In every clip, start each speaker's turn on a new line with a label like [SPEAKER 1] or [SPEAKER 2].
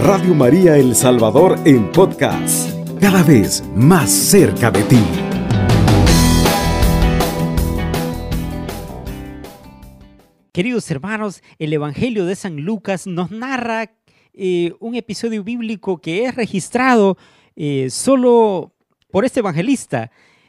[SPEAKER 1] Radio María El Salvador en podcast, cada vez más cerca de ti.
[SPEAKER 2] Queridos hermanos, el Evangelio de San Lucas nos narra un episodio bíblico que es registrado solo por este evangelista.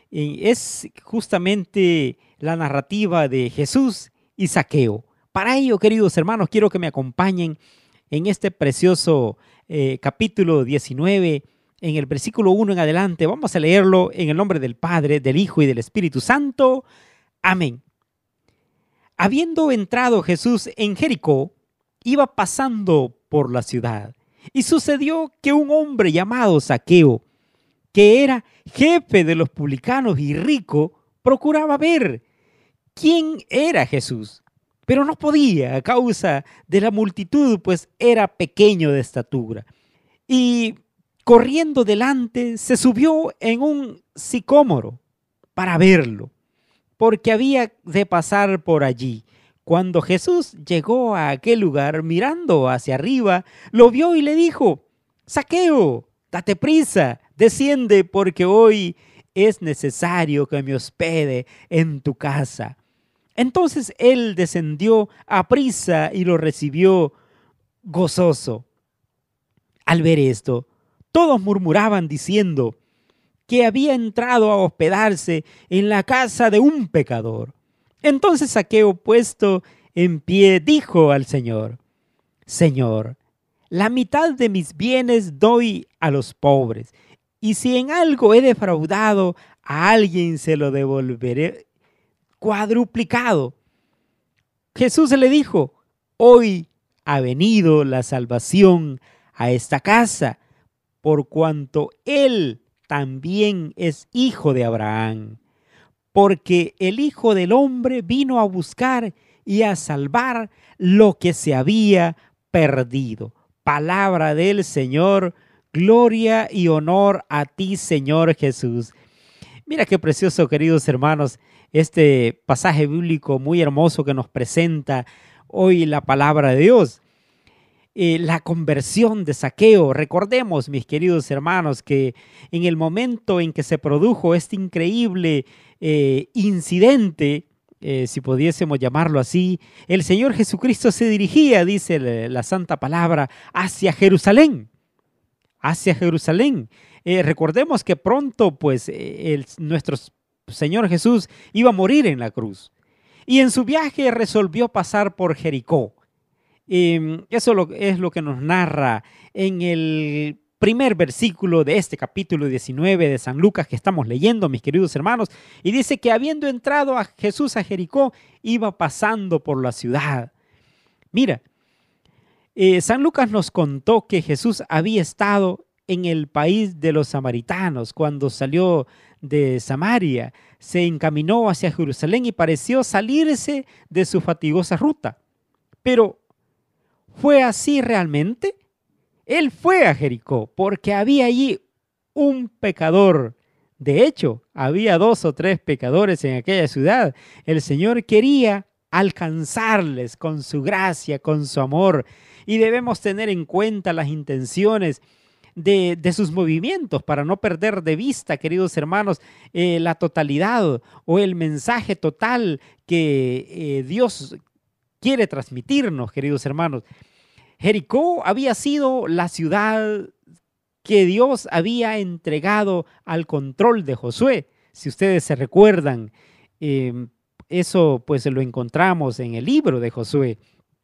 [SPEAKER 2] Es justamente la narrativa de Jesús y Zaqueo. Para ello, queridos hermanos, quiero que me acompañen en este precioso capítulo 19, en el versículo 1 en adelante. Vamos a leerlo en el nombre del Padre, del Hijo y del Espíritu Santo. Amén. Habiendo entrado Jesús en Jericó, iba pasando por la ciudad. Y sucedió que un hombre llamado Zaqueo, que era jefe de los publicanos y rico, procuraba ver quién era Jesús. Pero no podía a causa de la multitud, pues era pequeño de estatura. Y corriendo delante, se subió en un sicómoro para verlo, porque había de pasar por allí. Cuando Jesús llegó a aquel lugar, mirando hacia arriba, lo vio y le dijo: Zaqueo, date prisa, desciende, porque hoy es necesario que me hospede en tu casa. Entonces él descendió a prisa y lo recibió gozoso. Al ver esto, todos murmuraban diciendo que había entrado a hospedarse en la casa de un pecador. Entonces Zaqueo, puesto en pie, dijo al Señor: Señor, la mitad de mis bienes doy a los pobres, y si en algo he defraudado a alguien, se lo devolveré cuadruplicado. Jesús le dijo: hoy ha venido la salvación a esta casa, por cuanto él también es hijo de Abraham, porque el Hijo del Hombre vino a buscar y a salvar lo que se había perdido. Palabra del Señor, gloria y honor a ti, Señor Jesús. Mira qué precioso, queridos hermanos, este pasaje bíblico muy hermoso que nos presenta hoy la palabra de Dios. La conversión de Zaqueo. Recordemos, mis queridos hermanos, que en el momento en que se produjo este increíble incidente, si pudiésemos llamarlo así, el Señor Jesucristo se dirigía, dice la santa palabra, hacia Jerusalén. Hacia Jerusalén. Recordemos que pronto, pues, nuestro Señor Jesús iba a morir en la cruz. Y en su viaje resolvió pasar por Jericó. Eso es lo que nos narra en el primer versículo de este capítulo 19 de San Lucas que estamos leyendo, mis queridos hermanos. Y dice que habiendo entrado a Jesús a Jericó, iba pasando por la ciudad. Mira, San Lucas nos contó que Jesús había estado en el país de los samaritanos. Cuando salió de Samaria, se encaminó hacia Jerusalén y pareció salirse de su fatigosa ruta. Pero ¿fue así realmente? Él fue a Jericó porque había allí un pecador. De hecho, había 2 o 3 pecadores en aquella ciudad. El Señor quería alcanzarles con su gracia, con su amor. Y debemos tener en cuenta las intenciones de sus movimientos para no perder de vista, queridos hermanos, la totalidad o el mensaje total que Dios quiere transmitirnos, queridos hermanos. Jericó había sido la ciudad que Dios había entregado al control de Josué. Si ustedes se recuerdan, eso pues lo encontramos en el libro de Josué.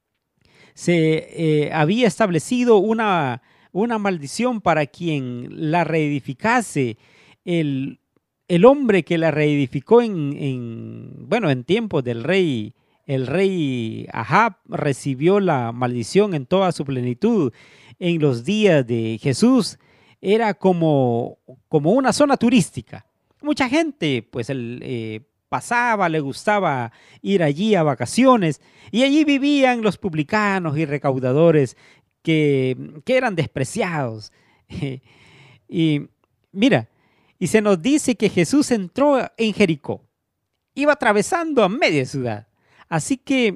[SPEAKER 2] Se había establecido una maldición para quien la reedificase. El hombre que la reedificó en tiempos del rey, el rey Ahab, recibió la maldición en toda su plenitud. En los días de Jesús era como una zona turística. Mucha gente pues pasaba, le gustaba ir allí a vacaciones, y allí vivían los publicanos y recaudadores que eran despreciados. Y mira, y se nos dice que Jesús entró en Jericó, iba atravesando a media ciudad. Así que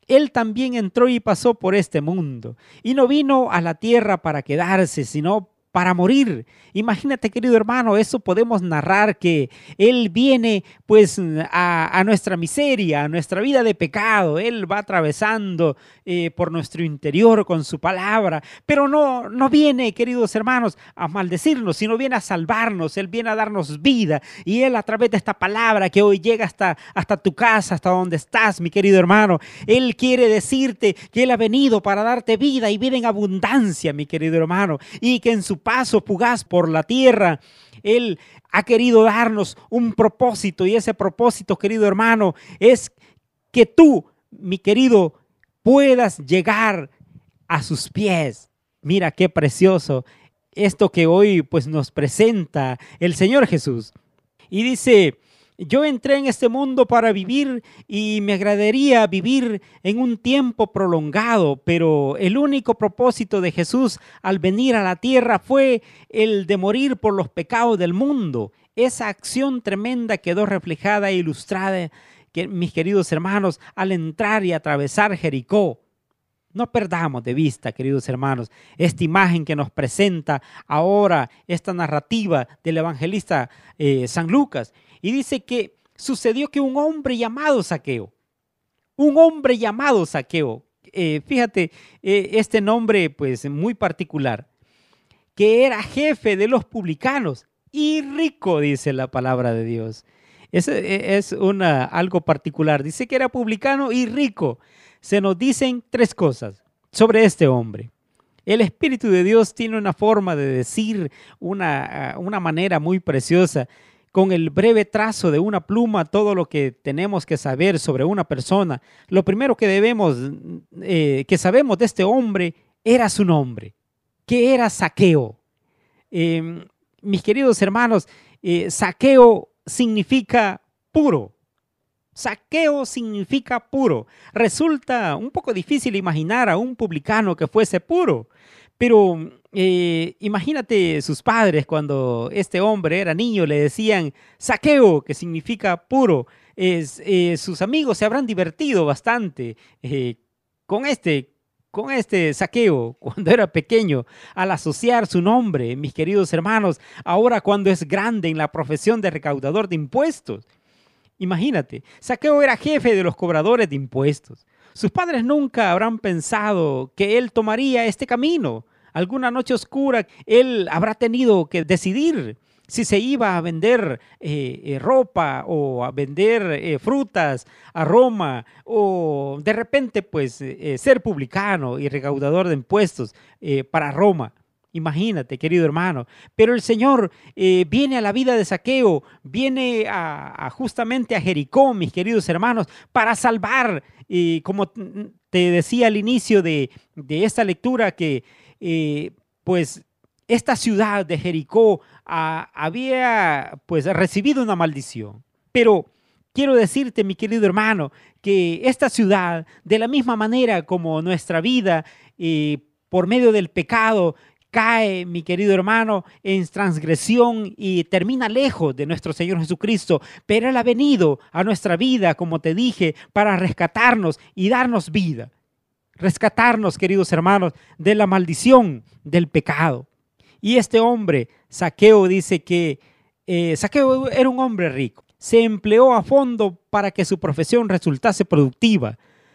[SPEAKER 2] Él también entró y pasó por este mundo. Y no vino a la tierra para quedarse, sino para morir. Imagínate, querido hermano, eso podemos narrar que Él viene pues a nuestra miseria, a nuestra vida de pecado. Él va atravesando por nuestro interior con su palabra, pero no viene, queridos hermanos, a maldecirnos, sino viene a salvarnos. Él viene a darnos vida y Él a través de esta palabra que hoy llega hasta tu casa, hasta donde estás, mi querido hermano. Él quiere decirte que Él ha venido para darte vida y vida en abundancia, mi querido hermano, y que en su paso fugaz por la tierra, Él ha querido darnos un propósito, y ese propósito, querido hermano, es que tú, mi querido, puedas llegar a sus pies. Mira qué precioso esto que hoy pues nos presenta el Señor Jesús. Y dice: yo entré en este mundo para vivir y me agradaría vivir en un tiempo prolongado, pero el único propósito de Jesús al venir a la tierra fue el de morir por los pecados del mundo. Esa acción tremenda quedó reflejada e ilustrada, mis queridos hermanos, al entrar y atravesar Jericó. No perdamos de vista, queridos hermanos, esta imagen que nos presenta ahora esta narrativa del evangelista San Lucas. Y dice que sucedió que un hombre llamado Zaqueo, fíjate, este nombre pues muy particular, que era jefe de los publicanos y rico, dice la palabra de Dios. Es algo particular. Dice que era publicano y rico. Se nos dicen tres cosas sobre este hombre. El Espíritu de Dios tiene una forma de decir, una manera muy preciosa, con el breve trazo de una pluma, todo lo que tenemos que saber sobre una persona. Lo primero que sabemos de este hombre era su nombre, que era Zaqueo. Mis queridos hermanos, Zaqueo significa puro. Zaqueo significa puro. Resulta un poco difícil imaginar a un publicano que fuese puro, pero imagínate sus padres cuando este hombre era niño le decían Zaqueo, que significa puro. Sus amigos se habrán divertido bastante con este Zaqueo cuando era pequeño, al asociar su nombre, mis queridos hermanos, ahora cuando es grande en la profesión de recaudador de impuestos. Imagínate, Zaqueo era jefe de los cobradores de impuestos. Sus padres nunca habrán pensado que él tomaría este camino. Alguna noche oscura, él habrá tenido que decidir si se iba a vender ropa o a vender frutas a Roma, o de repente pues ser publicano y recaudador de impuestos para Roma. Imagínate, querido hermano. Pero el Señor viene a la vida de Zaqueo, viene justamente a Jericó, mis queridos hermanos, para salvar, como te decía al inicio de esta lectura, que pues esta ciudad de Jericó había pues recibido una maldición. Pero quiero decirte, mi querido hermano, que esta ciudad, de la misma manera como nuestra vida, por medio del pecado, cae, mi querido hermano, en transgresión y termina lejos de nuestro Señor Jesucristo. Pero Él ha venido a nuestra vida, como te dije, para rescatarnos y darnos vida. Rescatarnos, queridos hermanos, de la maldición del pecado. Y este hombre, Zaqueo, dice que Zaqueo era un hombre rico. Se empleó a fondo para que su profesión resultase productiva.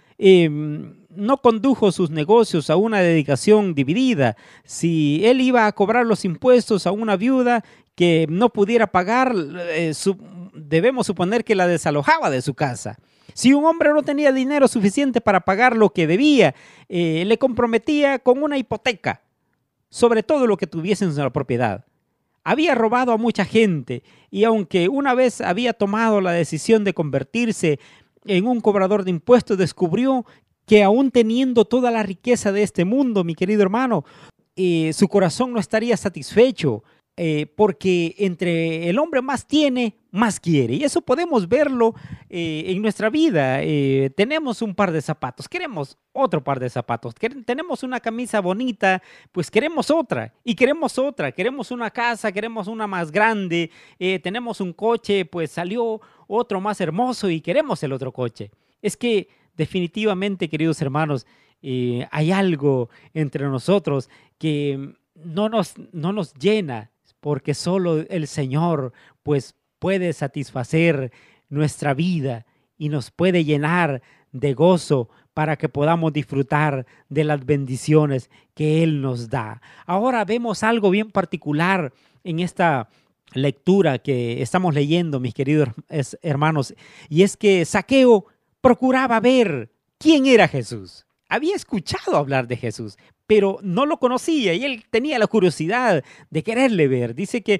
[SPEAKER 2] No condujo sus negocios a una dedicación dividida. Si él iba a cobrar los impuestos a una viuda que no pudiera pagar, debemos suponer que la desalojaba de su casa. Si un hombre no tenía dinero suficiente para pagar lo que debía, le comprometía con una hipoteca sobre todo lo que tuviesen en la propiedad. Había robado a mucha gente y aunque una vez había tomado la decisión de convertirse en un cobrador de impuestos, descubrió que aún teniendo toda la riqueza de este mundo, mi querido hermano, su corazón no estaría satisfecho, porque entre el hombre más tiene, más quiere. Y eso podemos verlo en nuestra vida. Tenemos un par de zapatos, queremos otro par de zapatos. Tenemos una camisa bonita, pues queremos otra. Y queremos otra. Queremos una casa, queremos una más grande. Tenemos un coche, pues salió otro más hermoso y queremos el otro coche. Es que Definitivamente, queridos hermanos, hay algo entre nosotros que no nos llena, porque solo el Señor pues puede satisfacer nuestra vida y nos puede llenar de gozo para que podamos disfrutar de las bendiciones que Él nos da. Ahora vemos algo bien particular en esta lectura que estamos leyendo, mis queridos hermanos, y es que Zaqueo procuraba ver quién era Jesús. Había escuchado hablar de Jesús, pero no lo conocía y él tenía la curiosidad de quererle ver. Dice que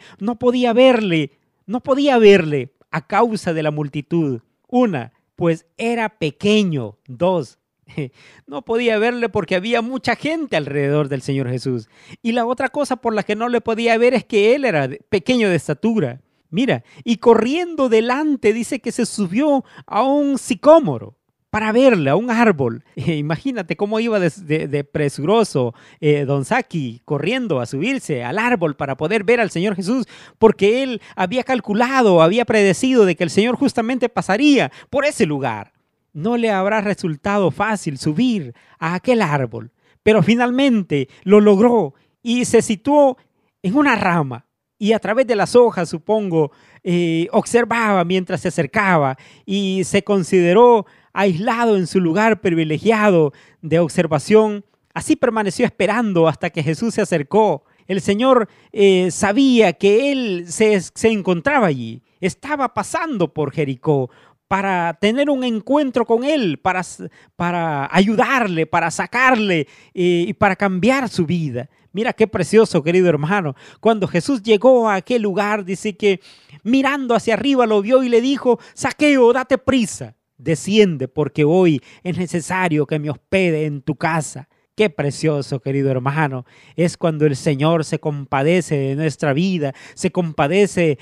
[SPEAKER 2] no podía verle a causa de la multitud. Una, pues era pequeño. Dos, no podía verle porque había mucha gente alrededor del Señor Jesús. Y la otra cosa por la que no le podía ver es que él era pequeño de estatura. Mira, y corriendo delante dice que se subió a un sicómoro para verle, a un árbol. Imagínate cómo iba de presuroso don Zaqui corriendo a subirse al árbol para poder ver al Señor Jesús, porque él había calculado, había predecido de que el Señor justamente pasaría por ese lugar. No le habrá resultado fácil subir a aquel árbol, pero finalmente lo logró y se situó en una rama. Y a través de las hojas, supongo, observaba mientras se acercaba y se consideró aislado en su lugar privilegiado de observación. Así permaneció esperando hasta que Jesús se acercó. El Señor sabía que Él se encontraba allí. Estaba pasando por Jericó para tener un encuentro con Él, para ayudarle, para sacarle y para cambiar su vida. Mira qué precioso, querido hermano. Cuando Jesús llegó a aquel lugar, dice que mirando hacia arriba lo vio y le dijo: Zaqueo, date prisa, desciende, porque hoy es necesario que me hospede en tu casa. Qué precioso, querido hermano, es cuando el Señor se compadece de nuestra vida, se compadece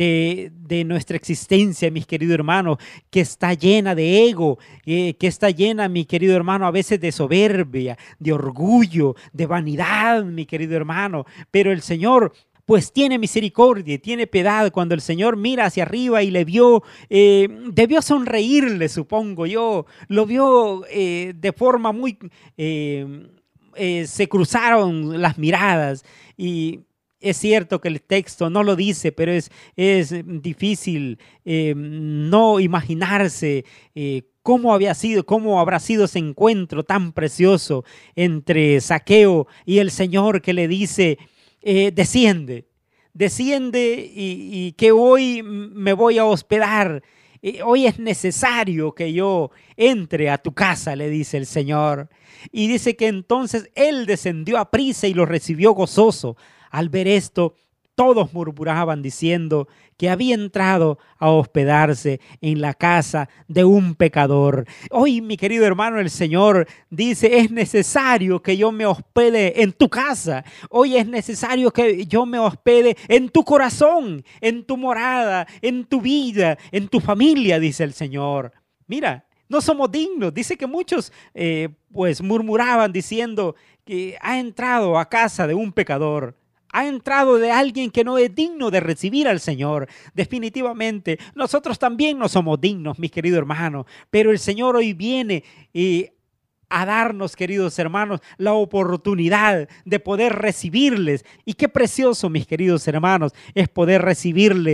[SPEAKER 2] de nuestra existencia, mis queridos hermanos, que está llena de ego, que está llena, mi querido hermano, a veces de soberbia, de orgullo, de vanidad, mi querido hermano. Pero el Señor pues tiene misericordia, tiene piedad. Cuando el Señor mira hacia arriba y le vio, debió sonreírle, supongo yo. Lo vio de forma muy... se cruzaron las miradas y es cierto que el texto no lo dice, pero es difícil no imaginarse cómo habrá sido ese encuentro tan precioso entre Zaqueo y el Señor, que le dice: desciende y que hoy me voy a hospedar. Hoy es necesario que yo entre a tu casa, le dice el Señor. Y dice que entonces él descendió a prisa y lo recibió gozoso. Al ver esto, todos murmuraban diciendo que había entrado a hospedarse en la casa de un pecador. Hoy, mi querido hermano, el Señor dice: es necesario que yo me hospede en tu casa. Hoy es necesario que yo me hospede en tu corazón, en tu morada, en tu vida, en tu familia, dice el Señor. Mira, no somos dignos. Dice que muchos pues murmuraban diciendo que ha entrado a casa de un pecador. Ha entrado de alguien que no es digno de recibir al Señor. Definitivamente, nosotros también no somos dignos, mis queridos hermanos, pero el Señor hoy viene a darnos, queridos hermanos, la oportunidad de poder recibirles. Y qué precioso, mis queridos hermanos, es poder recibirle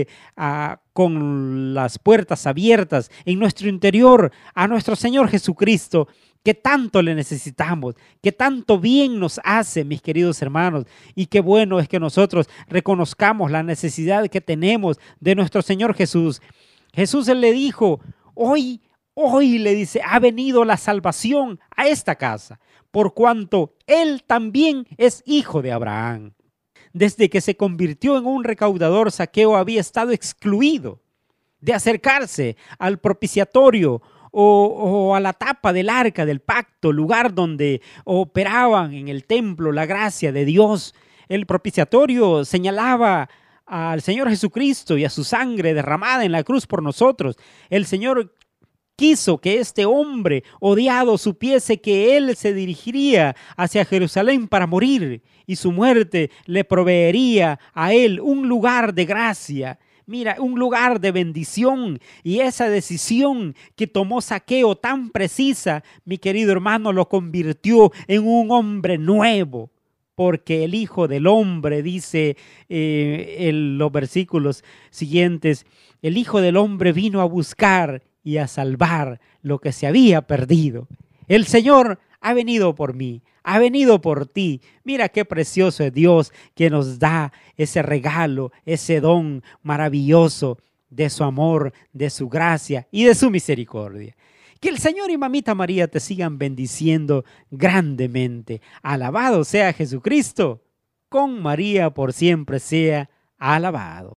[SPEAKER 2] con las puertas abiertas en nuestro interior a nuestro Señor Jesucristo, que tanto le necesitamos, que tanto bien nos hace, mis queridos hermanos. Y qué bueno es que nosotros reconozcamos la necesidad que tenemos de nuestro Señor Jesús. Jesús le dijo: hoy le dice, ha venido la salvación a esta casa, por cuanto él también es hijo de Abraham. Desde que se convirtió en un recaudador, Zaqueo había estado excluido de acercarse al propiciatorio o a la tapa del arca del pacto, lugar donde operaban en el templo la gracia de Dios. El propiciatorio señalaba al Señor Jesucristo y a su sangre derramada en la cruz por nosotros. El Señor quiso que este hombre odiado supiese que él se dirigiría hacia Jerusalén para morir, y su muerte le proveería a él un lugar de gracia. mira, un lugar de bendición. Y esa decisión que tomó Zaqueo tan precisa, mi querido hermano, lo convirtió en un hombre nuevo. Porque el Hijo del Hombre, dice en los versículos siguientes, el Hijo del Hombre vino a buscar y a salvar lo que se había perdido. El Señor ha venido por mí, ha venido por ti. Mira qué precioso es Dios que nos da ese regalo, ese don maravilloso de su amor, de su gracia y de su misericordia. Que el Señor y Mamita María te sigan bendiciendo grandemente. Alabado sea Jesucristo. Con María por siempre sea alabado.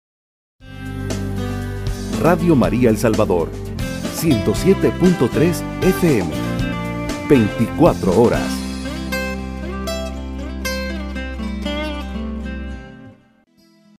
[SPEAKER 1] Radio María El Salvador, 107.3 FM, 24 horas.